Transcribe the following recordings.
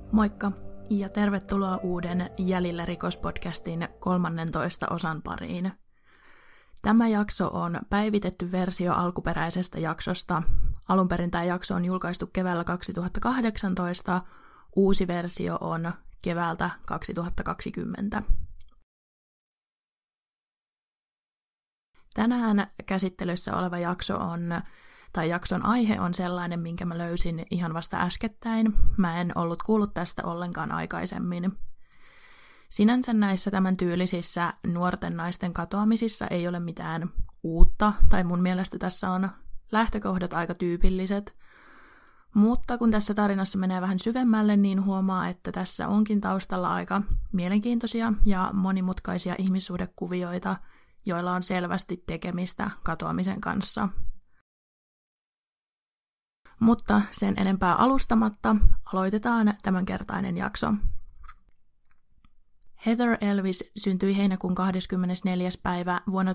Moikka ja tervetuloa uuden Jäljillä rikospodcastin 13 osan pariin. Tämä jakso on päivitetty versio alkuperäisestä jaksosta. Alun perin tämä jakso on julkaistu keväällä 2018, uusi versio on keväältä 2020. Tänään käsittelyssä oleva jakson aihe on sellainen, minkä mä löysin ihan vasta äskettäin. Mä en ollut kuullut tästä ollenkaan aikaisemmin. Sinänsä näissä tämän tyylisissä nuorten naisten katoamisissa ei ole mitään uutta, tai mun mielestä tässä on lähtökohdat aika tyypilliset. Mutta kun tässä tarinassa menee vähän syvemmälle, niin huomaa, että tässä onkin taustalla aika mielenkiintoisia ja monimutkaisia ihmissuhdekuvioita, joilla on selvästi tekemistä katoamisen kanssa. Mutta sen enempää alustamatta aloitetaan tämänkertainen jakso. Heather Elvis syntyi heinäkuun 24. päivä vuonna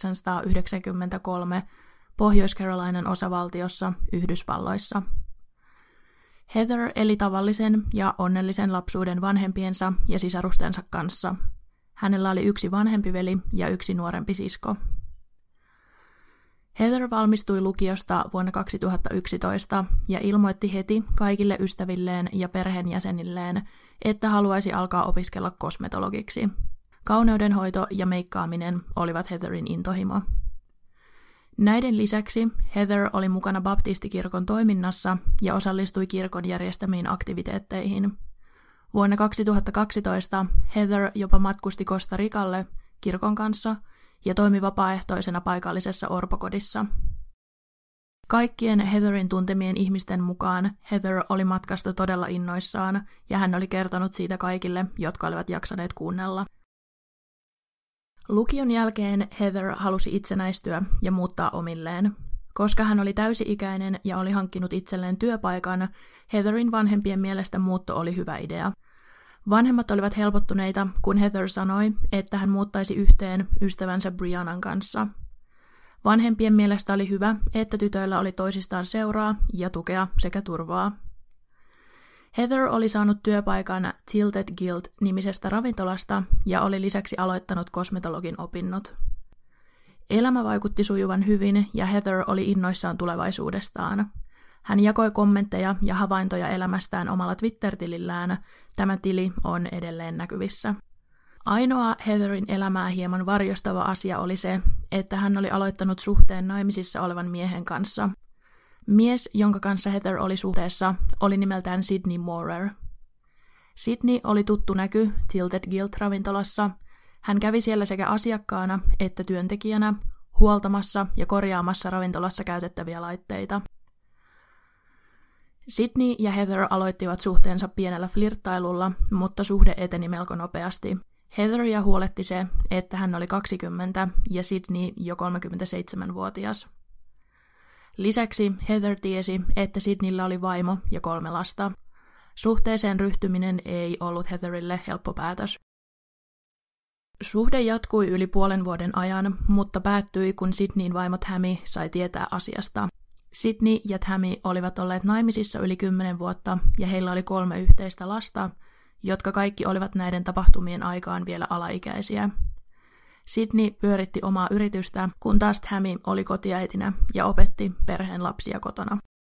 1993 Pohjois-Carolinan osavaltiossa Yhdysvalloissa. Heather eli tavallisen ja onnellisen lapsuuden vanhempiensa ja sisarustensa kanssa. Hänellä oli yksi vanhempi veli ja yksi nuorempi sisko. Heather valmistui lukiosta vuonna 2011 ja ilmoitti heti kaikille ystävilleen ja perheenjäsenilleen, että haluaisi alkaa opiskella kosmetologiksi. Kauneudenhoito ja meikkaaminen olivat Heatherin intohimo. Näiden lisäksi Heather oli mukana baptistikirkon toiminnassa ja osallistui kirkon järjestämiin aktiviteetteihin. Vuonna 2012 Heather jopa matkusti Costa Ricalle kirkon kanssa ja toimi vapaaehtoisena paikallisessa orpokodissa. Kaikkien Heatherin tuntemien ihmisten mukaan Heather oli matkasta todella innoissaan ja hän oli kertonut siitä kaikille, jotka olivat jaksaneet kuunnella. Lukion jälkeen Heather halusi itsenäistyä ja muuttaa omilleen. Koska hän oli täysi-ikäinen ja oli hankkinut itselleen työpaikan, Heatherin vanhempien mielestä muutto oli hyvä idea. Vanhemmat olivat helpottuneita, kun Heather sanoi, että hän muuttaisi yhteen ystävänsä Briannan kanssa. Vanhempien mielestä oli hyvä, että tytöillä oli toisistaan seuraa ja tukea sekä turvaa. Heather oli saanut työpaikan Tilted Guild-nimisestä ravintolasta ja oli lisäksi aloittanut kosmetologin opinnot. Elämä vaikutti sujuvan hyvin ja Heather oli innoissaan tulevaisuudestaan. Hän jakoi kommentteja ja havaintoja elämästään omalla Twitter-tilillään. Tämä tili on edelleen näkyvissä. Ainoa Heatherin elämää hieman varjostava asia oli se, että hän oli aloittanut suhteen naimisissa olevan miehen kanssa. Mies, jonka kanssa Heather oli suhteessa, oli nimeltään Sydney Moorer. Sydney oli tuttu näky Tilted Guild-ravintolassa. Hän kävi siellä sekä asiakkaana että työntekijänä, huoltamassa ja korjaamassa ravintolassa käytettäviä laitteita. Sydney ja Heather aloittivat suhteensa pienellä flirttailulla, mutta suhde eteni melko nopeasti. Heatheria huoletti se, että hän oli 20 ja Sydney jo 37-vuotias. Lisäksi Heather tiesi, että Sydneyllä oli vaimo ja 3 lasta. Suhteeseen ryhtyminen ei ollut Heatherille helppo päätös. Suhde jatkui yli puolen vuoden ajan, mutta päättyi, kun Sydneyn vaimo Tammy sai tietää asiasta. Sydney ja Tammy olivat olleet naimisissa yli 10 vuotta ja heillä oli 3 yhteistä lasta, jotka kaikki olivat näiden tapahtumien aikaan vielä alaikäisiä. Sydney pyöritti omaa yritystä, kun taas Tammy oli kotiäitinä ja opetti perheen lapsia kotona.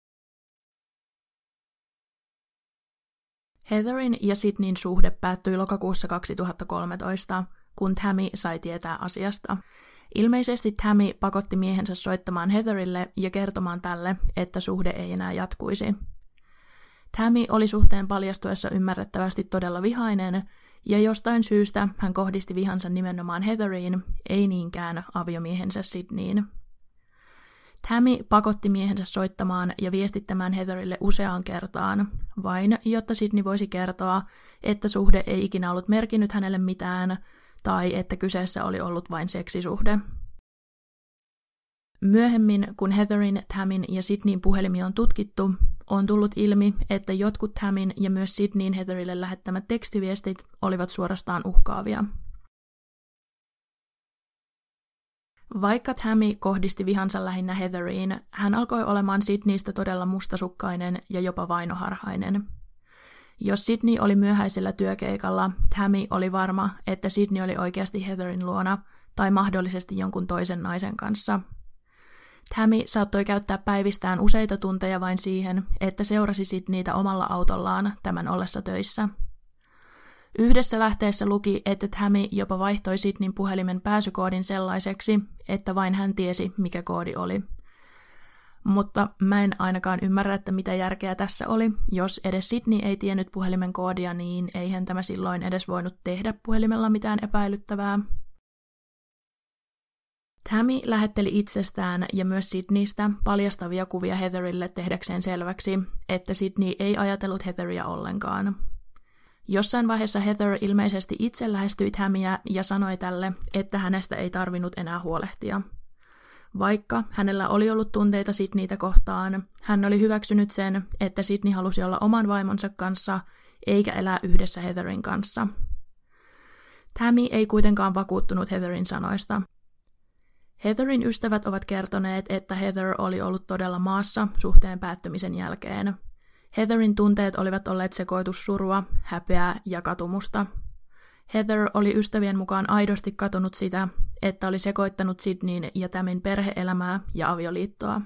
Heatherin ja Sydneyn suhde päättyi lokakuussa 2013, kun Tammy sai tietää asiasta. Ilmeisesti Tammy pakotti miehensä soittamaan Heatherille ja kertomaan tälle, että suhde ei enää jatkuisi. Tammy oli suhteen paljastuessa ymmärrettävästi todella vihainen, ja jostain syystä hän kohdisti vihansa nimenomaan Heatheriin, ei niinkään aviomiehensä Sydneyin. Tammy pakotti miehensä soittamaan ja viestittämään Heatherille useaan kertaan, vain jotta Sydney voisi kertoa, että suhde ei ikinä ollut merkinnyt hänelle mitään, tai että kyseessä oli ollut vain seksisuhde. Myöhemmin, kun Heatherin, Tammyn ja Sydneyn puhelimia on tutkittu, on tullut ilmi, että jotkut Tammyn ja myös Sydneyn Heatherille lähettämät tekstiviestit olivat suorastaan uhkaavia. Vaikka Tammy kohdisti vihansa lähinnä Heatheriin, hän alkoi olemaan Sydneystä todella mustasukkainen ja jopa vainoharhainen. Jos Sydney oli myöhäisellä työkeikalla, Tammy oli varma, että Sydney oli oikeasti Heatherin luona tai mahdollisesti jonkun toisen naisen kanssa. Tammy saattoi käyttää päivistään useita tunteja vain siihen, että seurasi Sydneytä omalla autollaan tämän ollessa töissä. Yhdessä lähteessä luki, että Tammy jopa vaihtoi Sydneyn puhelimen pääsykoodin sellaiseksi, että vain hän tiesi, mikä koodi oli. Mutta mä en ainakaan ymmärrä, että mitä järkeä tässä oli. Jos edes Sydney ei tiennyt puhelimen koodia, niin eihän tämä silloin edes voinut tehdä puhelimella mitään epäilyttävää. Tammy lähetteli itsestään ja myös Sydneystä paljastavia kuvia Heatherille tehdäkseen selväksi, että Sydney ei ajatellut Heatheria ollenkaan. Jossain vaiheessa Heather ilmeisesti itse lähestyi Tammyä ja sanoi tälle, että hänestä ei tarvinnut enää huolehtia. Vaikka hänellä oli ollut tunteita Sydneytä kohtaan, hän oli hyväksynyt sen, että Sydney halusi olla oman vaimonsa kanssa, eikä elää yhdessä Heatherin kanssa. Tammy ei kuitenkaan vakuuttunut Heatherin sanoista. Heatherin ystävät ovat kertoneet, että Heather oli ollut todella maassa suhteen päättymisen jälkeen. Heatherin tunteet olivat olleet sekoitus surua, häpeää ja katumusta. Heather oli ystävien mukaan aidosti katunut sitä, että oli sekoittanut Sydneyn ja Tammyn perhe-elämää ja avioliittoa.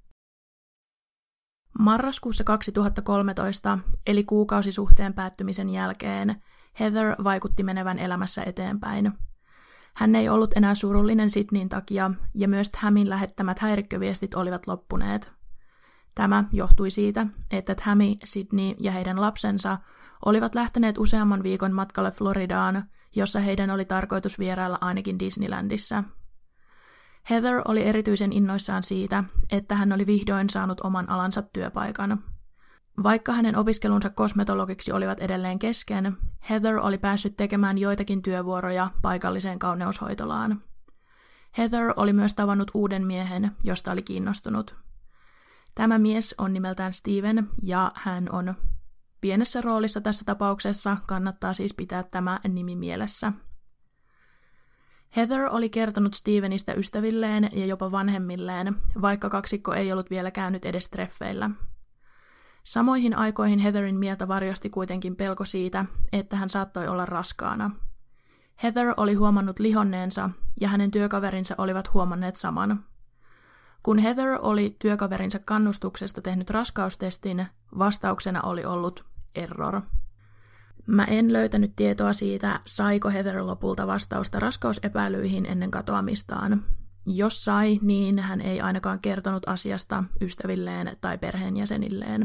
Marraskuussa 2013, eli kuukausi suhteen päättymisen jälkeen, Heather vaikutti menevän elämässä eteenpäin. Hän ei ollut enää surullinen Sydneyn takia, ja myös Tammyn lähettämät häirikköviestit olivat loppuneet. Tämä johtui siitä, että Tammy, Sydney ja heidän lapsensa olivat lähteneet useamman viikon matkalle Floridaan, jossa heidän oli tarkoitus vierailla ainakin Disneylandissa. Heather oli erityisen innoissaan siitä, että hän oli vihdoin saanut oman alansa työpaikan. Vaikka hänen opiskelunsa kosmetologiksi olivat edelleen kesken, Heather oli päässyt tekemään joitakin työvuoroja paikalliseen kauneushoitolaan. Heather oli myös tavannut uuden miehen, josta oli kiinnostunut. Tämä mies on nimeltään Steven ja hän on pienessä roolissa tässä tapauksessa, kannattaa siis pitää tämä nimi mielessä. Heather oli kertonut Stevenistä ystävilleen ja jopa vanhemmilleen, vaikka kaksikko ei ollut vielä käynyt edes treffeillä. Samoihin aikoihin Heatherin mieltä varjosti kuitenkin pelko siitä, että hän saattoi olla raskaana. Heather oli huomannut lihonneensa ja hänen työkaverinsa olivat huomanneet saman. Kun Heather oli työkaverinsa kannustuksesta tehnyt raskaustestin, vastauksena oli ollut error. Mä en löytänyt tietoa siitä, saiko Heather lopulta vastausta raskausepäilyihin ennen katoamistaan. Jos sai, niin hän ei ainakaan kertonut asiasta ystävilleen tai perheenjäsenilleen.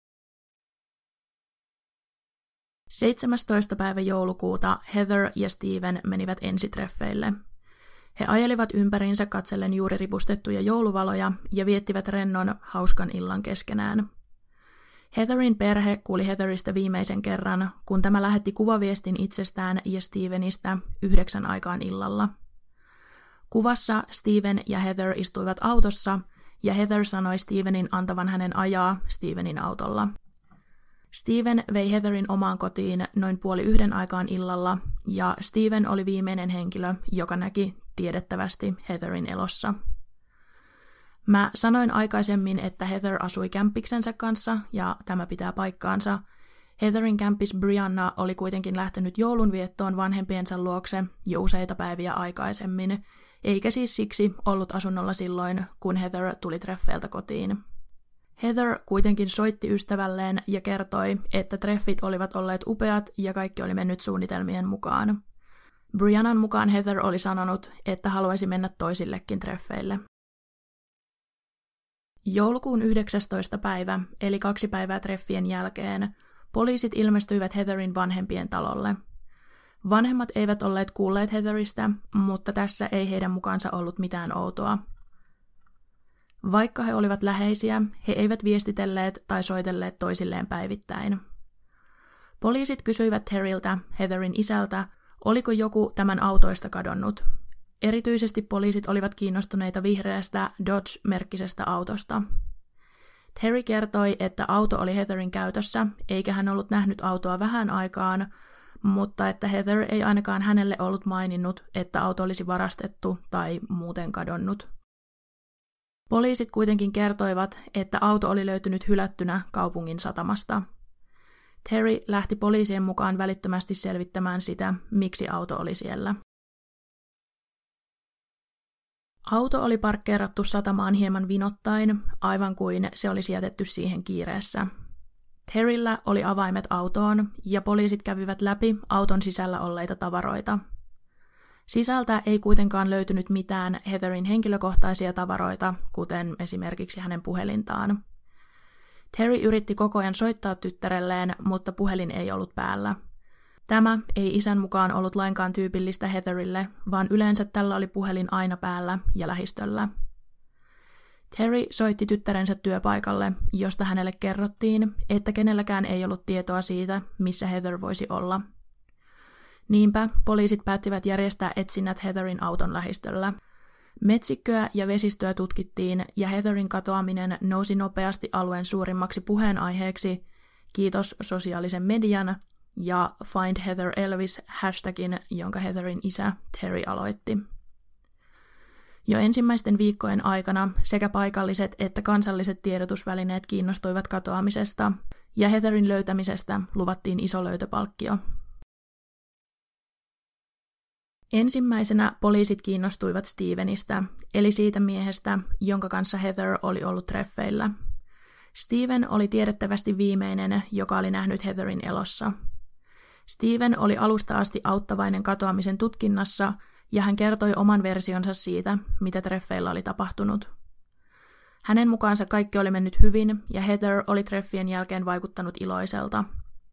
17. päivä joulukuuta Heather ja Steven menivät ensitreffeille. He ajelivat ympäriinsä katsellen juuri ripustettuja jouluvaloja ja viettivät rennon, hauskan illan keskenään. Heatherin perhe kuuli Heatheristä viimeisen kerran, kun tämä lähetti kuvaviestin itsestään ja Stevenistä 9 aikaan illalla. Kuvassa Steven ja Heather istuivat autossa, ja Heather sanoi Stevenin antavan hänen ajaa Stevenin autolla. Steven vei Heatherin omaan kotiin noin 12:30 aikaan illalla, ja Steven oli viimeinen henkilö, joka näki tiedettävästi Heatherin elossa. Mä sanoin aikaisemmin, että Heather asui kämppiksensä kanssa, ja tämä pitää paikkaansa. Heatherin kämppis Brianna oli kuitenkin lähtenyt joulunviettoon vanhempiensa luokse jo useita päiviä aikaisemmin, eikä siis siksi ollut asunnolla silloin, kun Heather tuli treffeiltä kotiin. Heather kuitenkin soitti ystävälleen ja kertoi, että treffit olivat olleet upeat ja kaikki oli mennyt suunnitelmien mukaan. Briannan mukaan Heather oli sanonut, että haluaisi mennä toisillekin treffeille. Joulukuun 19. päivä, eli 2 päivää treffien jälkeen, poliisit ilmestyivät Heatherin vanhempien talolle. Vanhemmat eivät olleet kuulleet Heatheristä, mutta tässä ei heidän mukaansa ollut mitään outoa. Vaikka he olivat läheisiä, he eivät viestitelleet tai soitelleet toisilleen päivittäin. Poliisit kysyivät Terryltä, Heatherin isältä, oliko joku tämän autoista kadonnut. Erityisesti poliisit olivat kiinnostuneita vihreästä Dodge-merkkisestä autosta. Terry kertoi, että auto oli Heatherin käytössä, eikä hän ollut nähnyt autoa vähän aikaan, mutta että Heather ei ainakaan hänelle ollut maininnut, että auto olisi varastettu tai muuten kadonnut. Poliisit kuitenkin kertoivat, että auto oli löytynyt hylättynä kaupungin satamasta. Terry lähti poliisien mukaan välittömästi selvittämään sitä, miksi auto oli siellä. Auto oli parkkeerattu satamaan hieman vinottain, aivan kuin se olisi jätetty siihen kiireessä. Terryllä oli avaimet autoon, ja poliisit kävivät läpi auton sisällä olleita tavaroita. Sisältä ei kuitenkaan löytynyt mitään Heatherin henkilökohtaisia tavaroita, kuten esimerkiksi hänen puhelintaan. Terry yritti koko ajan soittaa tyttärelleen, mutta puhelin ei ollut päällä. Tämä ei isän mukaan ollut lainkaan tyypillistä Heatherille, vaan yleensä tällä oli puhelin aina päällä ja lähistöllä. Terry soitti tyttärensä työpaikalle, josta hänelle kerrottiin, että kenelläkään ei ollut tietoa siitä, missä Heather voisi olla. Niinpä poliisit päättivät järjestää etsinnät Heatherin auton lähistöllä. Metsikköä ja vesistöä tutkittiin, ja Heatherin katoaminen nousi nopeasti alueen suurimmaksi puheenaiheeksi, kiitos sosiaalisen median ja Find Heather Elvis hashtagin, jonka Heatherin isä Terry aloitti. Jo ensimmäisten viikkojen aikana sekä paikalliset että kansalliset tiedotusvälineet kiinnostuivat katoamisesta, ja Heatherin löytämisestä luvattiin iso löytöpalkkio. Ensimmäisenä poliisit kiinnostuivat Stevenistä, eli siitä miehestä, jonka kanssa Heather oli ollut treffeillä. Steven oli tiedettävästi viimeinen, joka oli nähnyt Heatherin elossa. Steven oli alusta asti auttavainen katoamisen tutkinnassa, ja hän kertoi oman versionsa siitä, mitä treffeillä oli tapahtunut. Hänen mukaansa kaikki oli mennyt hyvin, ja Heather oli treffien jälkeen vaikuttanut iloiselta.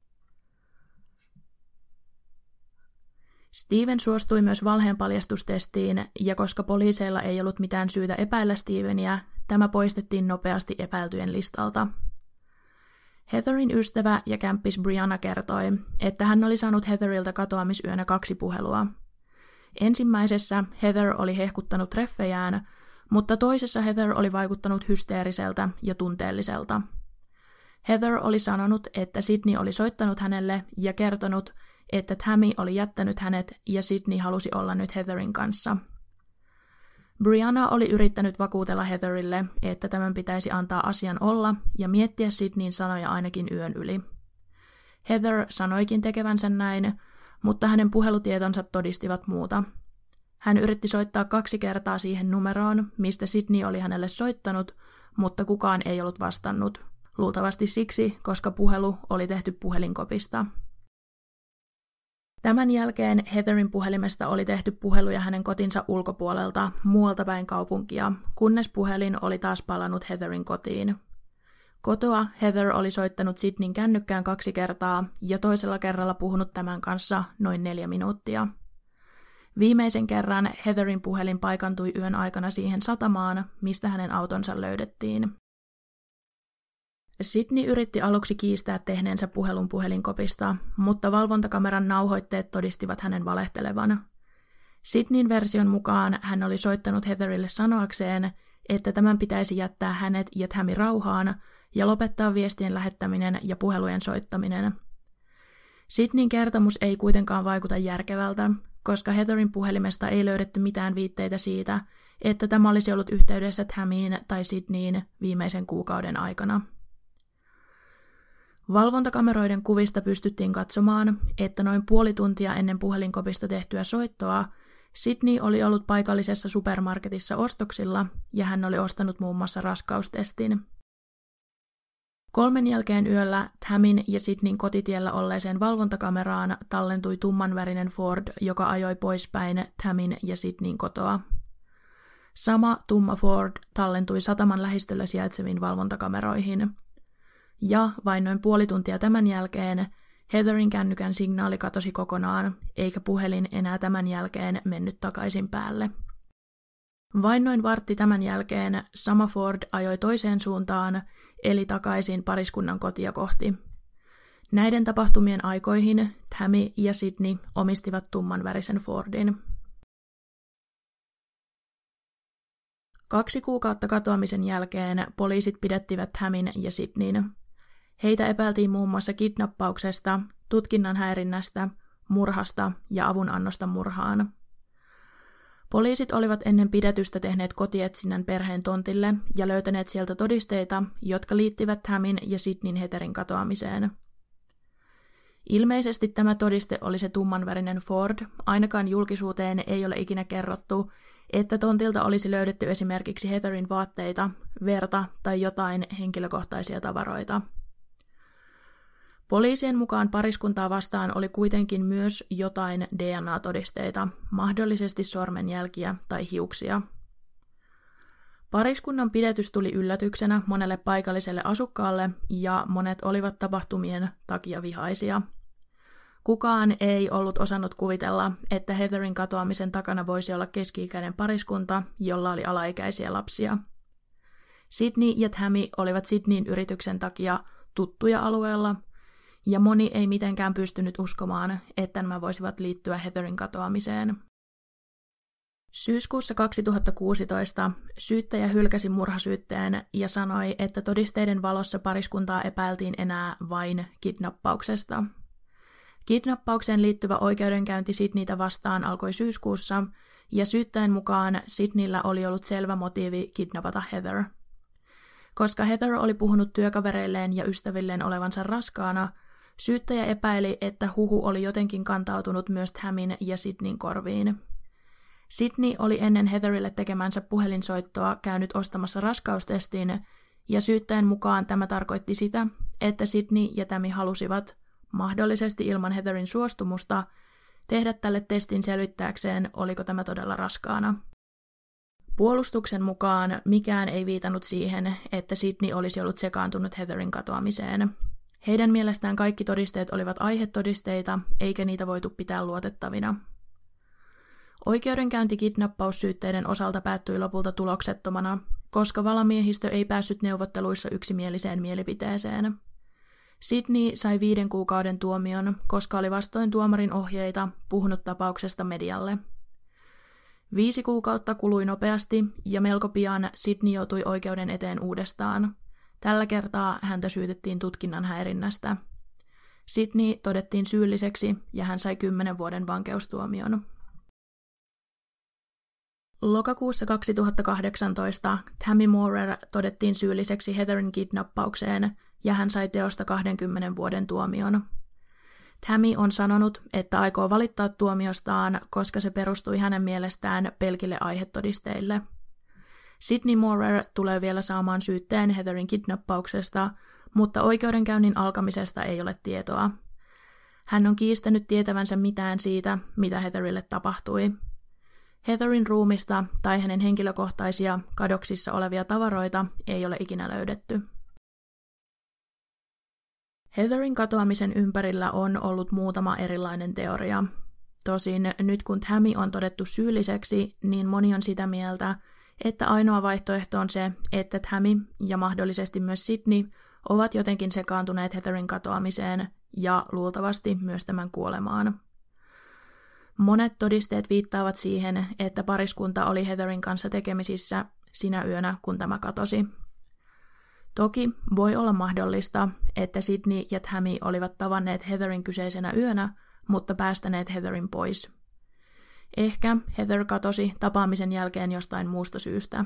Steven suostui myös valheenpaljastustestiin, ja koska poliiseilla ei ollut mitään syytä epäillä Steveniä, tämä poistettiin nopeasti epäiltyjen listalta. Heatherin ystävä ja kämppis Brianna kertoi, että hän oli saanut Heatherilta katoamisyönä 2 puhelua. Ensimmäisessä Heather oli hehkuttanut treffejään, mutta toisessa Heather oli vaikuttanut hysteeriseltä ja tunteelliselta. Heather oli sanonut, että Sydney oli soittanut hänelle ja kertonut, että Tammy oli jättänyt hänet ja Sydney halusi olla nyt Heatherin kanssa. Brianna oli yrittänyt vakuutella Heatherille, että tämän pitäisi antaa asian olla ja miettiä Sydneyn sanoja ainakin yön yli. Heather sanoikin tekevänsä näin, mutta hänen puhelutietonsa todistivat muuta. Hän yritti soittaa 2 kertaa siihen numeroon, mistä Sydney oli hänelle soittanut, mutta kukaan ei ollut vastannut. Luultavasti siksi, koska puhelu oli tehty puhelinkopista. Tämän jälkeen Heatherin puhelimesta oli tehty puheluja hänen kotinsa ulkopuolelta muualta päin kaupunkia, kunnes puhelin oli taas palannut Heatherin kotiin. Kotoa Heather oli soittanut Sydneyn kännykkään 2 kertaa ja toisella kerralla puhunut tämän kanssa noin 4 minuuttia. Viimeisen kerran Heatherin puhelin paikantui yön aikana siihen satamaan, mistä hänen autonsa löydettiin. Sydney yritti aluksi kiistää tehneensä puhelun puhelinkopista, mutta valvontakameran nauhoitteet todistivat hänen valehtelevan. Sydneyn version mukaan hän oli soittanut Heatherille sanoakseen, että tämän pitäisi jättää hänet ja Tammy rauhaan ja lopettaa viestien lähettäminen ja puhelujen soittaminen. Sydneyn kertomus ei kuitenkaan vaikuta järkevältä, koska Heatherin puhelimesta ei löydetty mitään viitteitä siitä, että tämä olisi ollut yhteydessä Tammyin tai Sydneyin viimeisen kuukauden aikana. Valvontakameroiden kuvista pystyttiin katsomaan, että noin puoli tuntia ennen puhelinkopista tehtyä soittoa Sydney oli ollut paikallisessa supermarketissa ostoksilla ja hän oli ostanut muun muassa raskaustestin. 3 jälkeen yöllä Tammyn ja Sydneyn kotitiellä olleeseen valvontakameraan tallentui tummanvärinen Ford, joka ajoi poispäin Tammyn ja Sydneyn kotoa. Sama tumma Ford tallentui sataman lähistöllä sijaitseviin valvontakameroihin. Ja vain noin puoli tuntia tämän jälkeen Heatherin kännykän signaali katosi kokonaan, eikä puhelin enää tämän jälkeen mennyt takaisin päälle. Vain noin vartti tämän jälkeen sama Ford ajoi toiseen suuntaan, eli takaisin pariskunnan kotia kohti. Näiden tapahtumien aikoihin Tammy ja Sydney omistivat tummanvärisen Fordin. 2 kuukautta katoamisen jälkeen poliisit pidättivät Tammyn ja Sydneyn. Heitä epäiltiin muun muassa kidnappauksesta, tutkinnan häirinnästä, murhasta ja avunannosta murhaan. Poliisit olivat ennen pidätystä tehneet kotietsinnän perheen tontille ja löytäneet sieltä todisteita, jotka liittivät Tammyn ja Sydneyn Heatherin katoamiseen. Ilmeisesti tämä todiste oli se tummanvärinen Ford, ainakaan julkisuuteen ei ole ikinä kerrottu, että tontilta olisi löydetty esimerkiksi Heatherin vaatteita, verta tai jotain henkilökohtaisia tavaroita. Poliisien mukaan pariskuntaa vastaan oli kuitenkin myös jotain DNA-todisteita, mahdollisesti sormenjälkiä tai hiuksia. Pariskunnan pidätys tuli yllätyksenä monelle paikalliselle asukkaalle ja monet olivat tapahtumien takia vihaisia. Kukaan ei ollut osannut kuvitella, että Heatherin katoamisen takana voisi olla keski-ikäinen pariskunta, jolla oli alaikäisiä lapsia. Sydney ja Tammy olivat Sydneyn yrityksen takia tuttuja alueella, ja moni ei mitenkään pystynyt uskomaan, että nämä voisivat liittyä Heatherin katoamiseen. Syyskuussa 2016 syyttäjä hylkäsi murhasyytteen ja sanoi, että todisteiden valossa pariskuntaa epäiltiin enää vain kidnappauksesta. Kidnappaukseen liittyvä oikeudenkäynti Sydneytä vastaan alkoi syyskuussa, ja syyttäjän mukaan Sydneyllä oli ollut selvä motiivi kidnapata Heather. Koska Heather oli puhunut työkavereilleen ja ystävilleen olevansa raskaana, syyttäjä epäili, että huhu oli jotenkin kantautunut myös Tammyn ja Sydneyn korviin. Sydney oli ennen Heatherille tekemänsä puhelinsoittoa käynyt ostamassa raskaustestin, ja syyttäjän mukaan tämä tarkoitti sitä, että Sydney ja Tammy halusivat, mahdollisesti ilman Heatherin suostumusta, tehdä tälle testin selvittääkseen, oliko tämä todella raskaana. Puolustuksen mukaan mikään ei viitannut siihen, että Sydney olisi ollut sekaantunut Heatherin katoamiseen. Heidän mielestään kaikki todisteet olivat aihetodisteita, eikä niitä voitu pitää luotettavina. Oikeudenkäynti kidnappaussyytteiden osalta päättyi lopulta tuloksettomana, koska valamiehistö ei päässyt neuvotteluissa yksimieliseen mielipiteeseen. Sydney sai 5 kuukauden tuomion, koska oli vastoin tuomarin ohjeita puhunut tapauksesta medialle. 5 kuukautta kului nopeasti ja melko pian Sydney joutui oikeuden eteen uudestaan. Tällä kertaa häntä syytettiin tutkinnan häirinnästä. Sydney todettiin syylliseksi ja hän sai 10 vuoden vankeustuomion. Lokakuussa 2018 Tammy Moorer todettiin syylliseksi Heatherin kidnappaukseen ja hän sai teosta 20 vuoden tuomion. Tammy on sanonut, että aikoo valittaa tuomiostaan, koska se perustui hänen mielestään pelkille aihetodisteille. Sydney Moorer tulee vielä saamaan syytteen Heatherin kidnappauksesta, mutta oikeudenkäynnin alkamisesta ei ole tietoa. Hän on kiistänyt tietävänsä mitään siitä, mitä Heatherille tapahtui. Heatherin ruumista tai hänen henkilökohtaisia kadoksissa olevia tavaroita ei ole ikinä löydetty. Heatherin katoamisen ympärillä on ollut muutama erilainen teoria. Tosin nyt kun Tammy on todettu syylliseksi, niin moni on sitä mieltä, että ainoa vaihtoehto on se, että Tammy ja mahdollisesti myös Sydney ovat jotenkin sekaantuneet Heatherin katoamiseen ja luultavasti myös tämän kuolemaan. Monet todisteet viittaavat siihen, että pariskunta oli Heatherin kanssa tekemisissä sinä yönä, kun tämä katosi. Toki voi olla mahdollista, että Sydney ja Tammy olivat tavanneet Heatherin kyseisenä yönä, mutta päästäneet Heatherin pois. Ehkä Heather katosi tapaamisen jälkeen jostain muusta syystä.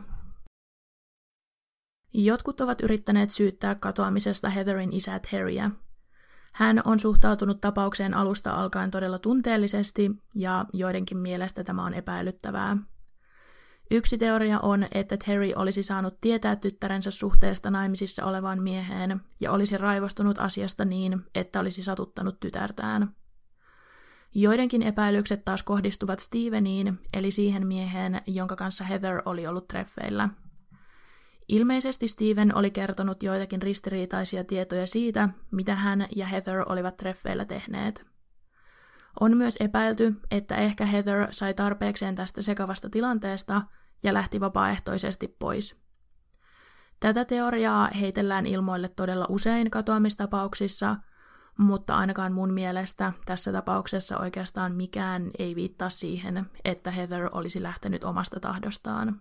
Jotkut ovat yrittäneet syyttää katoamisesta Heatherin isää Terryä. Hän on suhtautunut tapaukseen alusta alkaen todella tunteellisesti ja joidenkin mielestä tämä on epäilyttävää. Yksi teoria on, että Terry olisi saanut tietää tyttärensä suhteesta naimisissa olevaan mieheen ja olisi raivostunut asiasta niin, että olisi satuttanut tytärtään. Joidenkin epäilykset taas kohdistuvat Steveniin, eli siihen mieheen, jonka kanssa Heather oli ollut treffeillä. Ilmeisesti Steven oli kertonut joitakin ristiriitaisia tietoja siitä, mitä hän ja Heather olivat treffeillä tehneet. On myös epäilty, että ehkä Heather sai tarpeekseen tästä sekavasta tilanteesta ja lähti vapaaehtoisesti pois. Tätä teoriaa heitellään ilmoille todella usein katoamistapauksissa, mutta ainakaan mun mielestä tässä tapauksessa oikeastaan mikään ei viittaa siihen, että Heather olisi lähtenyt omasta tahdostaan.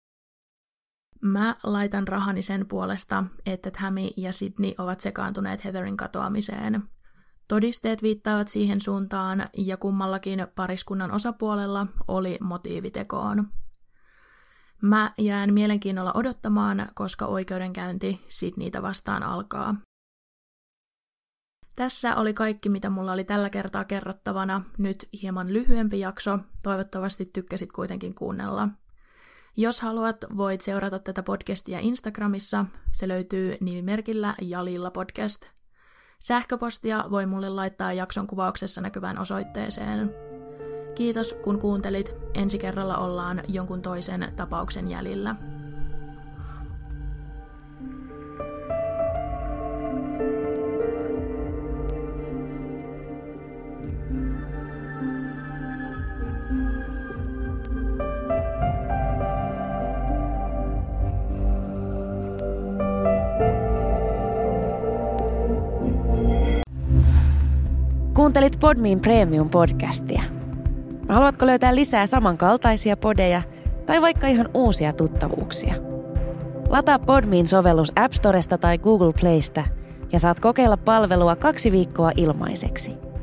Mä laitan rahani sen puolesta, että Tammy ja Sydney ovat sekaantuneet Heatherin katoamiseen. Todisteet viittaavat siihen suuntaan ja kummallakin pariskunnan osapuolella oli motiivi tekoon. Mä jään mielenkiinnolla odottamaan, koska oikeudenkäynti Sydneytä vastaan alkaa. Tässä oli kaikki, mitä mulla oli tällä kertaa kerrottavana. Nyt hieman lyhyempi jakso. Toivottavasti tykkäsit kuitenkin kuunnella. Jos haluat, voit seurata tätä podcastia Instagramissa. Se löytyy nimimerkillä Jalilla podcast. Sähköpostia voi mulle laittaa jakson kuvauksessa näkyvään osoitteeseen. Kiitos kun kuuntelit. Ensi kerralla ollaan jonkun toisen tapauksen jäljillä. Kuuntelit Podmin Premium-podcastia. Haluatko löytää lisää samankaltaisia podeja tai vaikka ihan uusia tuttavuuksia? Lataa Podmin sovellus App Storesta tai Google Playsta ja saat kokeilla palvelua 2 viikkoa ilmaiseksi.